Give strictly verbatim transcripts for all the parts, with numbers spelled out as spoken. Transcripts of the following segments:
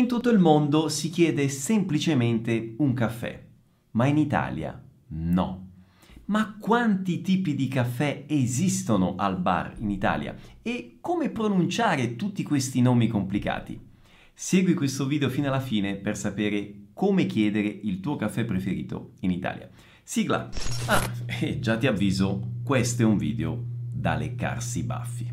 In tutto il mondo si chiede semplicemente un caffè, ma in Italia no. Ma quanti tipi di caffè esistono al bar in Italia? E come pronunciare tutti questi nomi complicati? Segui questo video fino alla fine per sapere come chiedere il tuo caffè preferito in Italia. Sigla! Ah, e già ti avviso, questo è un video da leccarsi i baffi.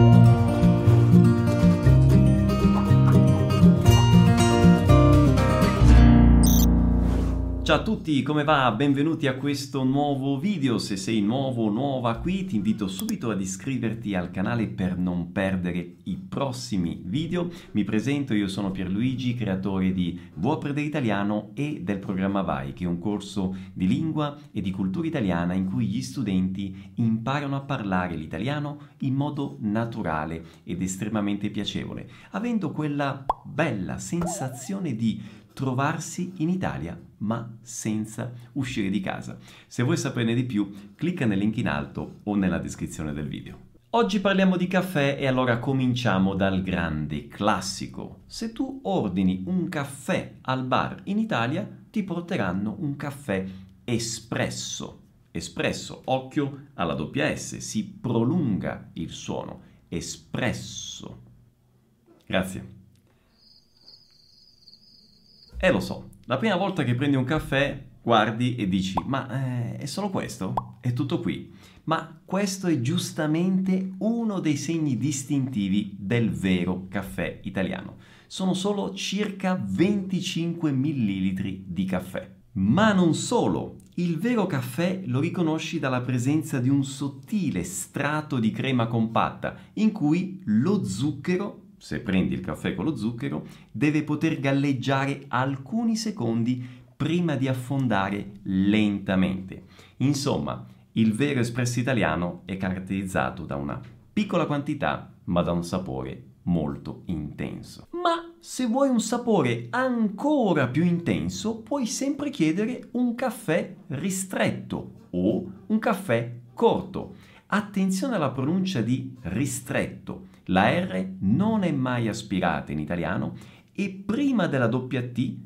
Ciao a tutti, come va? Benvenuti a questo nuovo video. Se sei nuovo o nuova qui, ti invito subito ad iscriverti al canale per non perdere i prossimi video. Mi presento, io sono Pierluigi, creatore di Vuoi Apprendere Italiano e del programma Vai, che è un corso di lingua e di cultura italiana in cui gli studenti imparano a parlare l'italiano in modo naturale ed estremamente piacevole, avendo quella bella sensazione di trovarsi in Italia ma senza uscire di casa. Se vuoi saperne di più, clicca nel link in alto o nella descrizione del video. Oggi parliamo di caffè e allora cominciamo dal grande classico. Se tu ordini un caffè al bar in Italia, ti porteranno un caffè espresso. Espresso, occhio alla doppia S, si prolunga il suono. Espresso. Grazie. E lo so, la prima volta che prendi un caffè guardi e dici ma eh, è solo questo? È tutto qui? Ma questo è giustamente uno dei segni distintivi del vero caffè italiano. Sono solo circa venticinque millilitri di caffè. Ma non solo, il vero caffè lo riconosci dalla presenza di un sottile strato di crema compatta in cui lo zucchero, se prendi il caffè con lo zucchero, deve poter galleggiare alcuni secondi prima di affondare lentamente. Insomma, il vero espresso italiano è caratterizzato da una piccola quantità, ma da un sapore molto intenso. Ma se vuoi un sapore ancora più intenso, puoi sempre chiedere un caffè ristretto o un caffè corto. Attenzione alla pronuncia di ristretto. La R non è mai aspirata in italiano e prima della doppia T,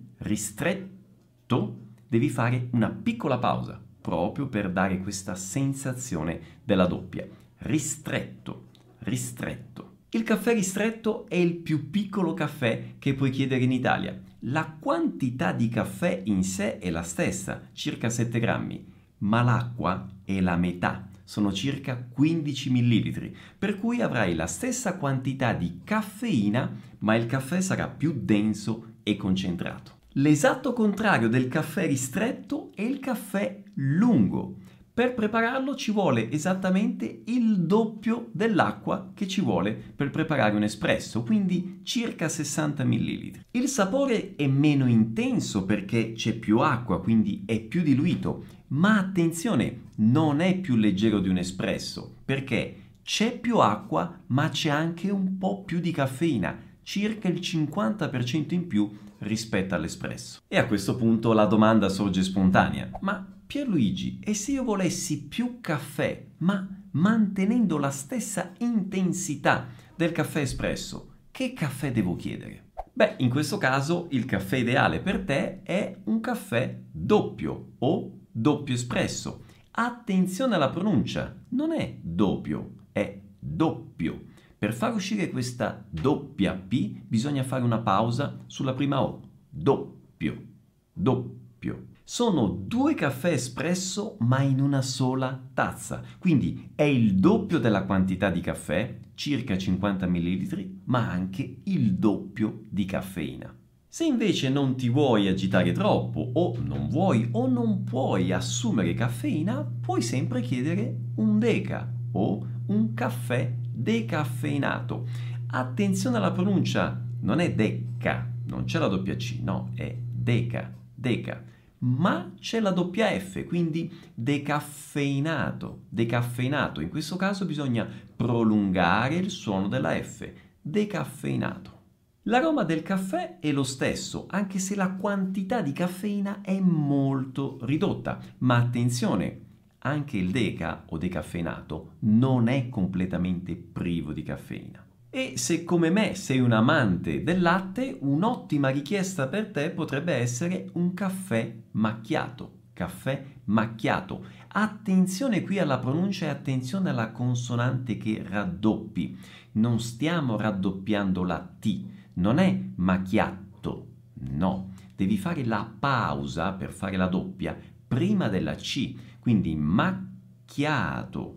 ristretto, devi fare una piccola pausa, proprio per dare questa sensazione della doppia. Ristretto, ristretto. Il caffè ristretto è il più piccolo caffè che puoi chiedere in Italia. La quantità di caffè in sé è la stessa, circa sette grammi, ma l'acqua è la metà. Sono circa quindici millilitri, per cui avrai la stessa quantità di caffeina, ma il caffè sarà più denso e concentrato. L'esatto contrario del caffè ristretto è il caffè lungo. Per prepararlo ci vuole esattamente il doppio dell'acqua che ci vuole per preparare un espresso, quindi circa sessanta millilitri. Il sapore è meno intenso perché c'è più acqua, quindi è più diluito. Ma attenzione, non è più leggero di un espresso, perché c'è più acqua, ma c'è anche un po' più di caffeina, circa il cinquanta per cento in più rispetto all'espresso. E a questo punto la domanda sorge spontanea: ma Pierluigi, e se io volessi più caffè, ma mantenendo la stessa intensità del caffè espresso, che caffè devo chiedere? Beh, in questo caso il caffè ideale per te è un caffè doppio o doppio espresso. Attenzione alla pronuncia, non è doppio, è doppio. Per far uscire questa doppia P bisogna fare una pausa sulla prima O. Doppio, doppio. Sono due caffè espresso ma in una sola tazza, quindi è il doppio della quantità di caffè, circa cinquanta millilitri, ma anche il doppio di caffeina. Se invece non ti vuoi agitare troppo o non vuoi o non puoi assumere caffeina, puoi sempre chiedere un deca o un caffè decaffeinato. Attenzione alla pronuncia, non è decca, non c'è la doppia C, no, è deca, deca. Ma c'è la doppia F, quindi decaffeinato, decaffeinato. In questo caso bisogna prolungare il suono della F, decaffeinato. L'aroma del caffè è lo stesso, anche se la quantità di caffeina è molto ridotta. Ma attenzione, anche il deca o decaffeinato non è completamente privo di caffeina. E se come me sei un amante del latte, un'ottima richiesta per te potrebbe essere un caffè macchiato. Caffè macchiato. Attenzione qui alla pronuncia e attenzione alla consonante che raddoppi. Non stiamo raddoppiando la T, non è macchiato, no. Devi fare la pausa per fare la doppia prima della C, quindi macchiato.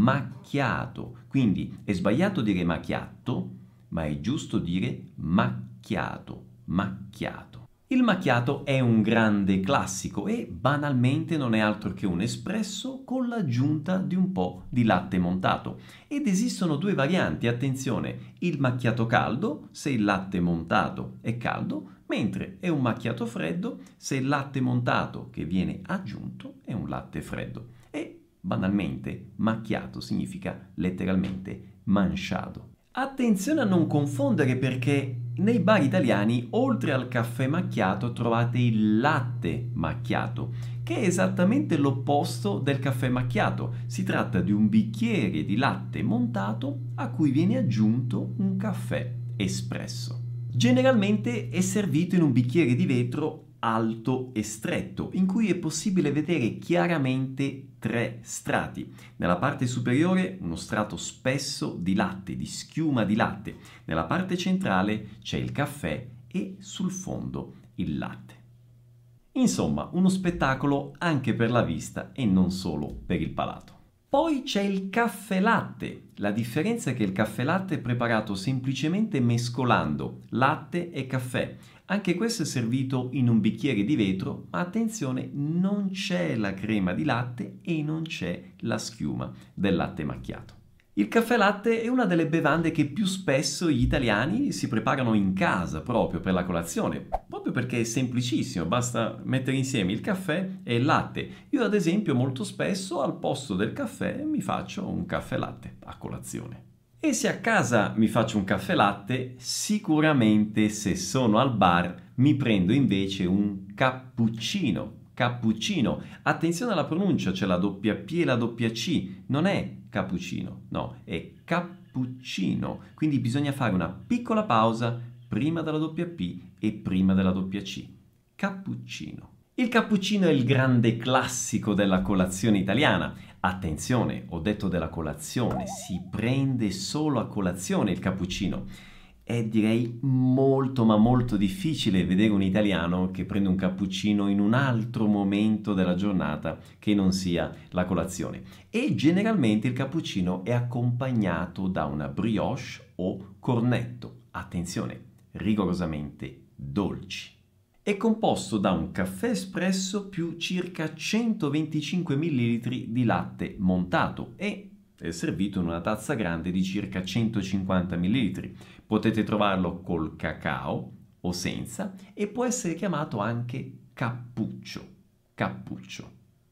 Macchiato, quindi è sbagliato dire macchiato, ma è giusto dire macchiato, macchiato. Il macchiato è un grande classico e banalmente non è altro che un espresso con l'aggiunta di un po' di latte montato. Ed esistono due varianti, attenzione, il macchiato caldo se il latte montato è caldo, mentre è un macchiato freddo se il latte montato che viene aggiunto è un latte freddo. E banalmente, macchiato significa letteralmente manciato. Attenzione a non confondere perché nei bar italiani, oltre al caffè macchiato, trovate il latte macchiato, che è esattamente l'opposto del caffè macchiato. Si tratta di un bicchiere di latte montato a cui viene aggiunto un caffè espresso. Generalmente è servito in un bicchiere di vetro alto e stretto, in cui è possibile vedere chiaramente tre strati. Nella parte superiore uno strato spesso di latte, di schiuma di latte. Nella parte centrale c'è il caffè e sul fondo il latte. Insomma, uno spettacolo anche per la vista e non solo per il palato. Poi c'è il caffè latte. La differenza è che il caffè latte è preparato semplicemente mescolando latte e caffè. Anche questo è servito in un bicchiere di vetro, ma attenzione, non c'è la crema di latte e non c'è la schiuma del latte macchiato. Il caffè latte è una delle bevande che più spesso gli italiani si preparano in casa proprio per la colazione, proprio perché è semplicissimo, basta mettere insieme il caffè e il latte. Io ad esempio molto spesso al posto del caffè mi faccio un caffè latte a colazione. E se a casa mi faccio un caffè latte, sicuramente se sono al bar mi prendo invece un cappuccino. Cappuccino. Attenzione alla pronuncia, c'è la doppia P e la doppia C. Non è cappuccino, no, è cappuccino. Quindi bisogna fare una piccola pausa prima della doppia P e prima della doppia C. Cappuccino. Il cappuccino è il grande classico della colazione italiana. Attenzione, ho detto della colazione, si prende solo a colazione il cappuccino. È direi molto ma molto difficile vedere un italiano che prende un cappuccino in un altro momento della giornata che non sia la colazione. E generalmente il cappuccino è accompagnato da una brioche o cornetto. Attenzione, rigorosamente dolci. È composto da un caffè espresso più circa centoventicinque millilitri di latte montato e è servito in una tazza grande di circa centocinquanta millilitri. Potete trovarlo col cacao o senza e può essere chiamato anche cappuccio. Cappuccio.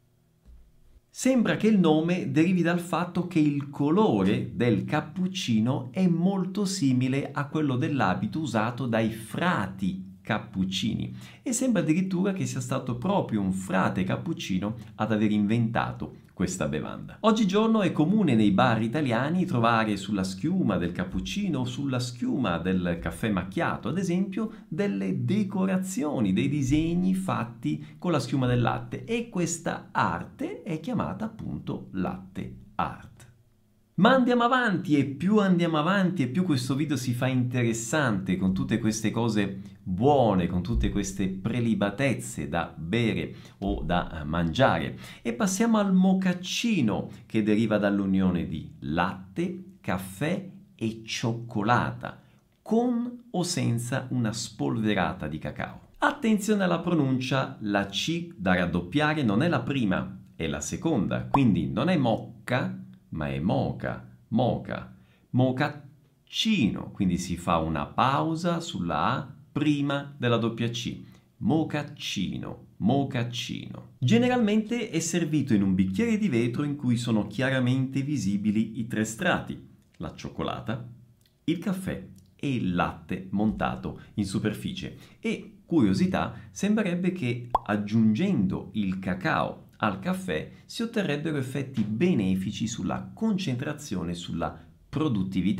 Sembra che il nome derivi dal fatto che il colore del cappuccino è molto simile a quello dell'abito usato dai frati cappuccini e sembra addirittura che sia stato proprio un frate cappuccino ad aver inventato questa bevanda. Oggigiorno è comune nei bar italiani trovare sulla schiuma del cappuccino o sulla schiuma del caffè macchiato, ad esempio, delle decorazioni, dei disegni fatti con la schiuma del latte e questa arte è chiamata appunto latte art. Ma andiamo avanti e più andiamo avanti e più questo video si fa interessante con tutte queste cose buone, con tutte queste prelibatezze da bere o da mangiare. E passiamo al mocaccino che deriva dall'unione di latte, caffè e cioccolata, con o senza una spolverata di cacao. Attenzione alla pronuncia, la C da raddoppiare non è la prima, è la seconda, quindi non è mocca, ma è moca, moca, mocaccino, quindi si fa una pausa sulla A prima della doppia C, mocaccino, mocaccino. Generalmente è servito in un bicchiere di vetro in cui sono chiaramente visibili i tre strati, la cioccolata, il caffè e il latte montato in superficie. E, curiosità, sembrerebbe che aggiungendo il cacao al caffè si otterrebbero effetti benefici sulla concentrazione e sulla produttività.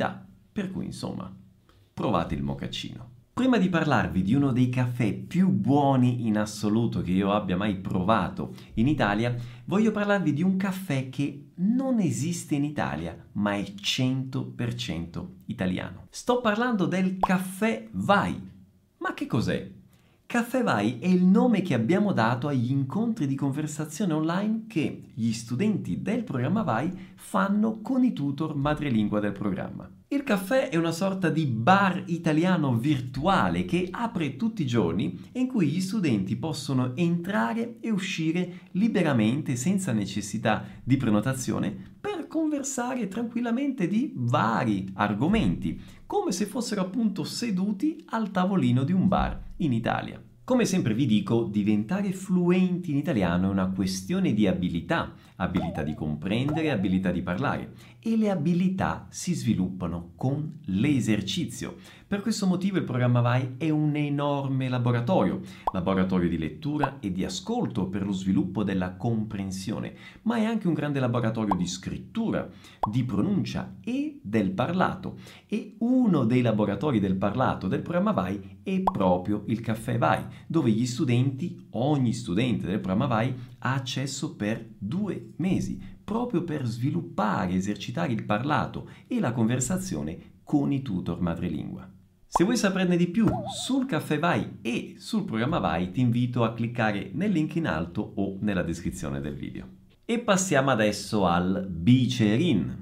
Per cui, insomma, provate il mocaccino. Prima di parlarvi di uno dei caffè più buoni in assoluto che io abbia mai provato in Italia, voglio parlarvi di un caffè che non esiste in Italia, ma è cento per cento italiano. Sto parlando del caffè Vai. Ma che cos'è? Caffè Vai è il nome che abbiamo dato agli incontri di conversazione online che gli studenti del programma Vai fanno con i tutor madrelingua del programma. Il caffè è una sorta di bar italiano virtuale che apre tutti i giorni e in cui gli studenti possono entrare e uscire liberamente senza necessità di prenotazione per conversare tranquillamente di vari argomenti, come se fossero appunto seduti al tavolino di un bar in Italia. Come sempre vi dico, diventare fluenti in italiano è una questione di abilità, abilità di comprendere, abilità di parlare, e le abilità si sviluppano con l'esercizio. Per questo motivo il programma Vai è un enorme laboratorio, laboratorio di lettura e di ascolto per lo sviluppo della comprensione, ma è anche un grande laboratorio di scrittura, di pronuncia e del parlato. E uno dei laboratori del parlato del programma Vai è proprio il Caffè Vai, dove gli studenti, ogni studente del programma Vai, ha accesso per due mesi, proprio per sviluppare, esercitare il parlato e la conversazione con i tutor madrelingua. Se vuoi saperne di più sul Caffè Vai e sul programma Vai, ti invito a cliccare nel link in alto o nella descrizione del video. E passiamo adesso al Bicerin.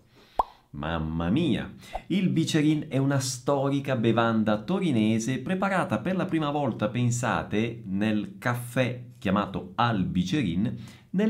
Mamma mia! Il Bicerin è una storica bevanda torinese preparata per la prima volta, pensate, nel caffè chiamato Al Bicerin nel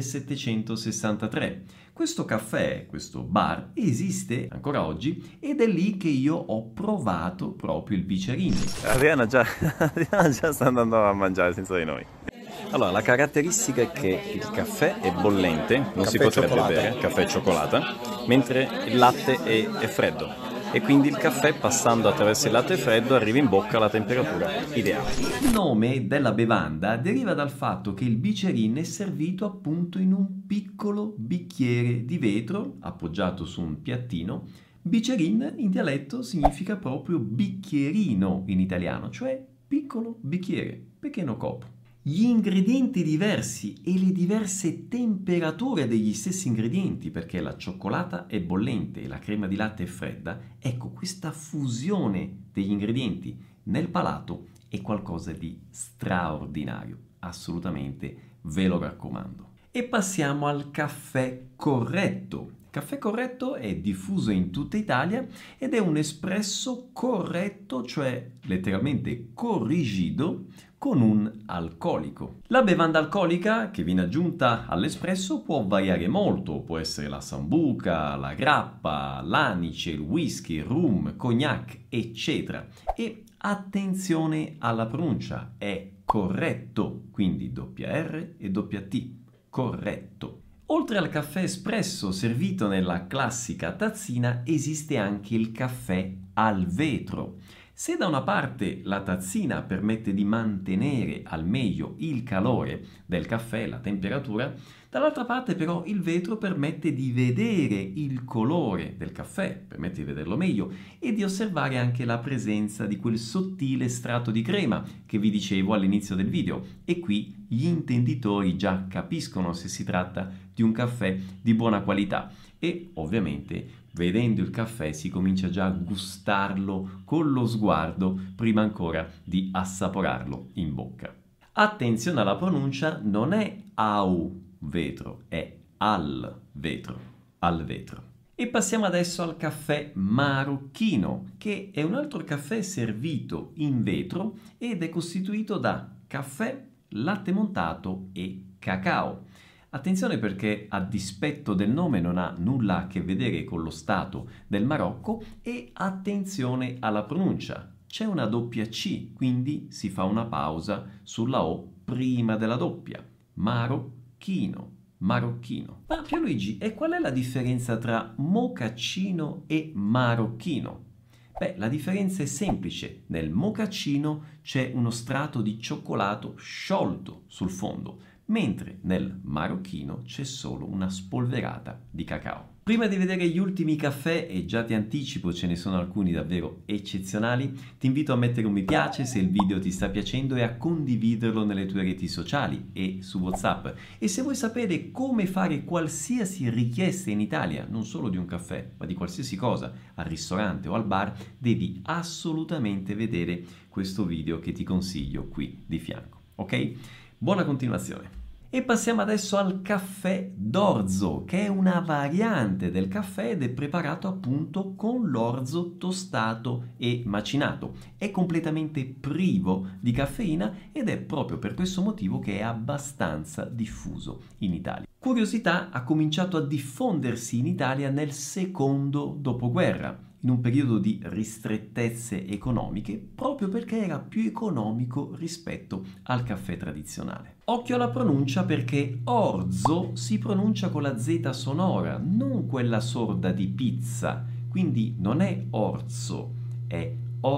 millesettecentosessantatré. Questo caffè, questo bar, esiste ancora oggi ed è lì che io ho provato proprio il Bicerin. Adriana già, Adriana già sta andando a mangiare senza di noi. Allora, la caratteristica è che il caffè è bollente, non Caffè si potrebbe cioccolata. bere, caffè e cioccolata, mentre il latte è, è freddo. E quindi il caffè, passando attraverso il latte freddo, arriva in bocca alla temperatura ideale. Il nome della bevanda deriva dal fatto che il Bicerin è servito appunto in un piccolo bicchiere di vetro appoggiato su un piattino. Bicerin in dialetto significa proprio bicchierino in italiano, cioè piccolo bicchiere, pequeno copo. Gli ingredienti diversi e le diverse temperature degli stessi ingredienti, perché la cioccolata è bollente e la crema di latte è fredda, ecco, questa fusione degli ingredienti nel palato è qualcosa di straordinario, assolutamente ve lo raccomando. E passiamo al caffè corretto. Il caffè corretto è diffuso in tutta Italia ed è un espresso corretto, cioè letteralmente corrigido, con un alcolico. La bevanda alcolica che viene aggiunta all'espresso può variare molto, può essere la sambuca, la grappa, l'anice, il whisky, il rum, cognac, eccetera. E attenzione alla pronuncia, è corretto, quindi doppia R e doppia T, corretto. Oltre al caffè espresso servito nella classica tazzina, esiste anche il caffè al vetro. Se da una parte la tazzina permette di mantenere al meglio il calore del caffè, la temperatura, dall'altra parte però il vetro permette di vedere il colore del caffè, permette di vederlo meglio e di osservare anche la presenza di quel sottile strato di crema che vi dicevo all'inizio del video. E qui gli intenditori già capiscono se si tratta di un caffè di buona qualità e ovviamente vedendo il caffè si comincia già a gustarlo con lo sguardo prima ancora di assaporarlo in bocca. Attenzione alla pronuncia, non è au vetro, è al vetro, al vetro. E passiamo adesso al caffè marocchino, che è un altro caffè servito in vetro ed è costituito da caffè, latte montato e cacao. Attenzione perché a dispetto del nome non ha nulla a che vedere con lo stato del Marocco e attenzione alla pronuncia. C'è una doppia C, quindi si fa una pausa sulla O prima della doppia. Marocchino, marocchino. Ma Pierluigi, e qual è la differenza tra mocaccino e marocchino? Beh, la differenza è semplice. Nel mocaccino c'è uno strato di cioccolato sciolto sul fondo, mentre nel marocchino c'è solo una spolverata di cacao. Prima di vedere gli ultimi caffè, e già ti anticipo ce ne sono alcuni davvero eccezionali, ti invito a mettere un mi piace se il video ti sta piacendo e a condividerlo nelle tue reti sociali e su WhatsApp. E se vuoi sapere come fare qualsiasi richiesta in Italia, non solo di un caffè, ma di qualsiasi cosa, al ristorante o al bar, devi assolutamente vedere questo video che ti consiglio qui di fianco. Ok? Buona continuazione! E passiamo adesso al caffè d'orzo, che è una variante del caffè ed è preparato appunto con l'orzo tostato e macinato. È completamente privo di caffeina ed è proprio per questo motivo che è abbastanza diffuso in Italia. Curiosità, ha cominciato a diffondersi in Italia nel secondo dopoguerra, in un periodo di ristrettezze economiche, proprio perché era più economico rispetto al caffè tradizionale. Occhio alla pronuncia, perché orzo si pronuncia con la Z sonora, non quella sorda di pizza, quindi non è orzo, è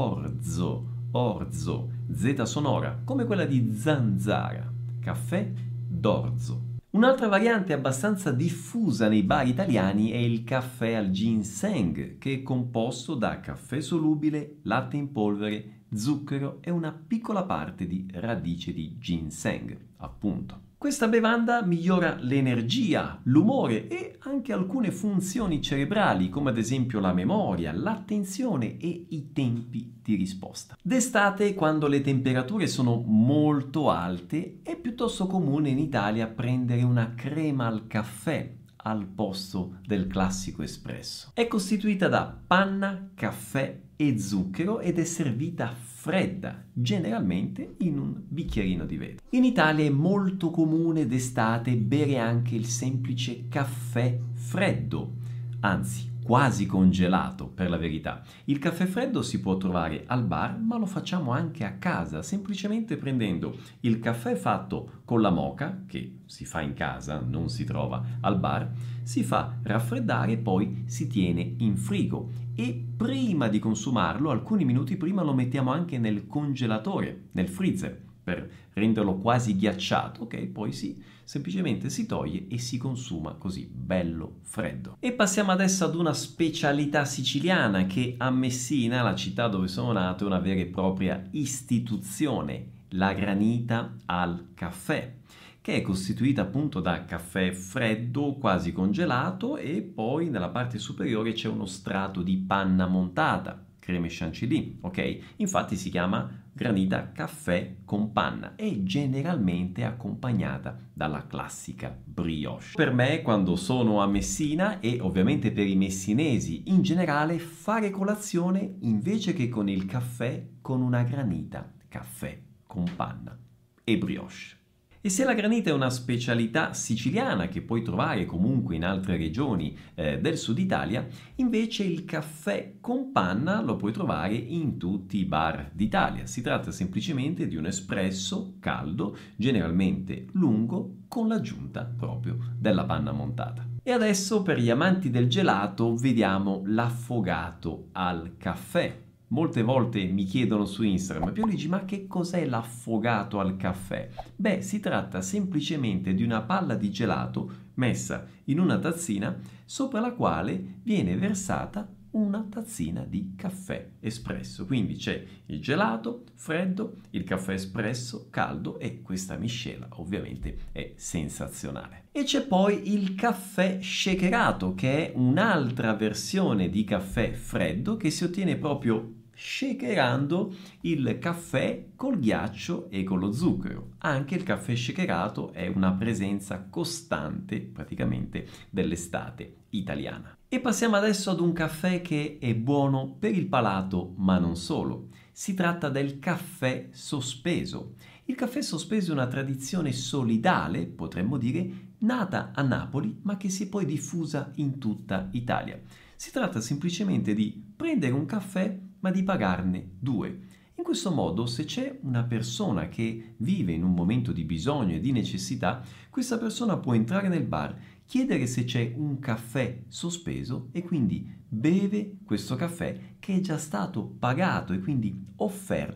orzo, orzo, Z sonora, come quella di zanzara, caffè d'orzo. Un'altra variante abbastanza diffusa nei bar italiani è il caffè al ginseng, che è composto da caffè solubile, latte in polvere, zucchero e una piccola parte di radice di ginseng, appunto. Questa bevanda migliora l'energia, l'umore e anche alcune funzioni cerebrali, come ad esempio la memoria, l'attenzione e i tempi di risposta. D'estate, quando le temperature sono molto alte, è piuttosto comune in Italia prendere una crema al caffè al posto del classico espresso. È costituita da panna, caffè e zucchero ed è servita fredda, generalmente in un bicchierino di vetro. In Italia è molto comune d'estate bere anche il semplice caffè freddo, anzi quasi congelato per la verità. Il caffè freddo si può trovare al bar, ma lo facciamo anche a casa, semplicemente prendendo il caffè fatto con la moka, che si fa in casa, non si trova al bar, si fa raffreddare e poi si tiene in frigo. E prima di consumarlo, alcuni minuti prima, lo mettiamo anche nel congelatore, nel freezer, per renderlo quasi ghiacciato, ok? Poi si, semplicemente si toglie e si consuma così, bello freddo. E passiamo adesso ad una specialità siciliana che a Messina, la città dove sono nato, è una vera e propria istituzione, la granita al caffè, che è costituita appunto da caffè freddo, quasi congelato, e poi nella parte superiore c'è uno strato di panna montata, creme chantilly, ok? Infatti si chiama granita caffè con panna e generalmente accompagnata dalla classica brioche. Per me, quando sono a Messina, e ovviamente per i messinesi in generale, fare colazione invece che con il caffè, con una granita caffè con panna e brioche. E se la granita è una specialità siciliana che puoi trovare comunque in altre regioni eh, del sud Italia, invece il caffè con panna lo puoi trovare in tutti i bar d'Italia. Si tratta semplicemente di un espresso caldo, generalmente lungo, con l'aggiunta proprio della panna montata. E adesso, per gli amanti del gelato, vediamo l'affogato al caffè. Molte volte mi chiedono su Instagram: Pierluigi, ma che cos'è l'affogato al caffè? Beh, si tratta semplicemente di una palla di gelato messa in una tazzina sopra la quale viene versata una tazzina di caffè espresso. Quindi c'è il gelato freddo, il caffè espresso caldo e questa miscela ovviamente è sensazionale. E c'è poi il caffè shakerato, che è un'altra versione di caffè freddo che si ottiene proprio shakerando il caffè col ghiaccio e con lo zucchero. Anche il caffè shakerato è una presenza costante praticamente dell'estate italiana. E passiamo adesso ad un caffè che è buono per il palato, ma non solo. Si tratta del caffè sospeso. Il caffè sospeso è una tradizione solidale, potremmo dire, nata a Napoli, ma che si è poi diffusa in tutta Italia. Si tratta semplicemente di prendere un caffè, ma di pagarne due. In questo modo, se c'è una persona che vive in un momento di bisogno e di necessità, questa persona può entrare nel bar, chiedere se c'è un caffè sospeso e quindi beve questo caffè che è già stato pagato e quindi offerto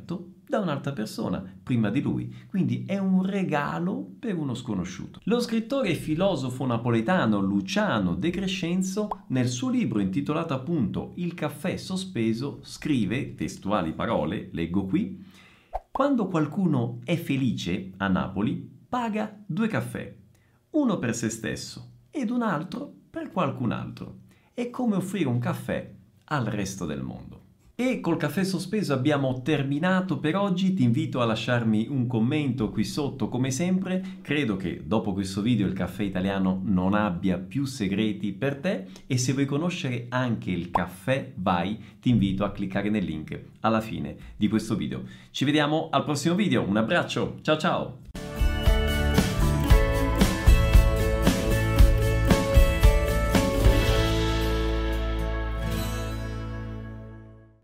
da un'altra persona prima di lui, quindi è un regalo per uno sconosciuto. Lo scrittore e filosofo napoletano Luciano De Crescenzo, nel suo libro intitolato appunto Il caffè sospeso, scrive, testuali parole, leggo qui: quando qualcuno è felice a Napoli, paga due caffè, uno per se stesso ed un altro per qualcun altro. È come offrire un caffè al resto del mondo. E col caffè sospeso abbiamo terminato per oggi. Ti invito a lasciarmi un commento qui sotto come sempre. Credo che dopo questo video il caffè italiano non abbia più segreti per te, e se vuoi conoscere anche il caffè vai, ti invito a cliccare nel link alla fine di questo video. Ci vediamo al prossimo video, un abbraccio, ciao ciao!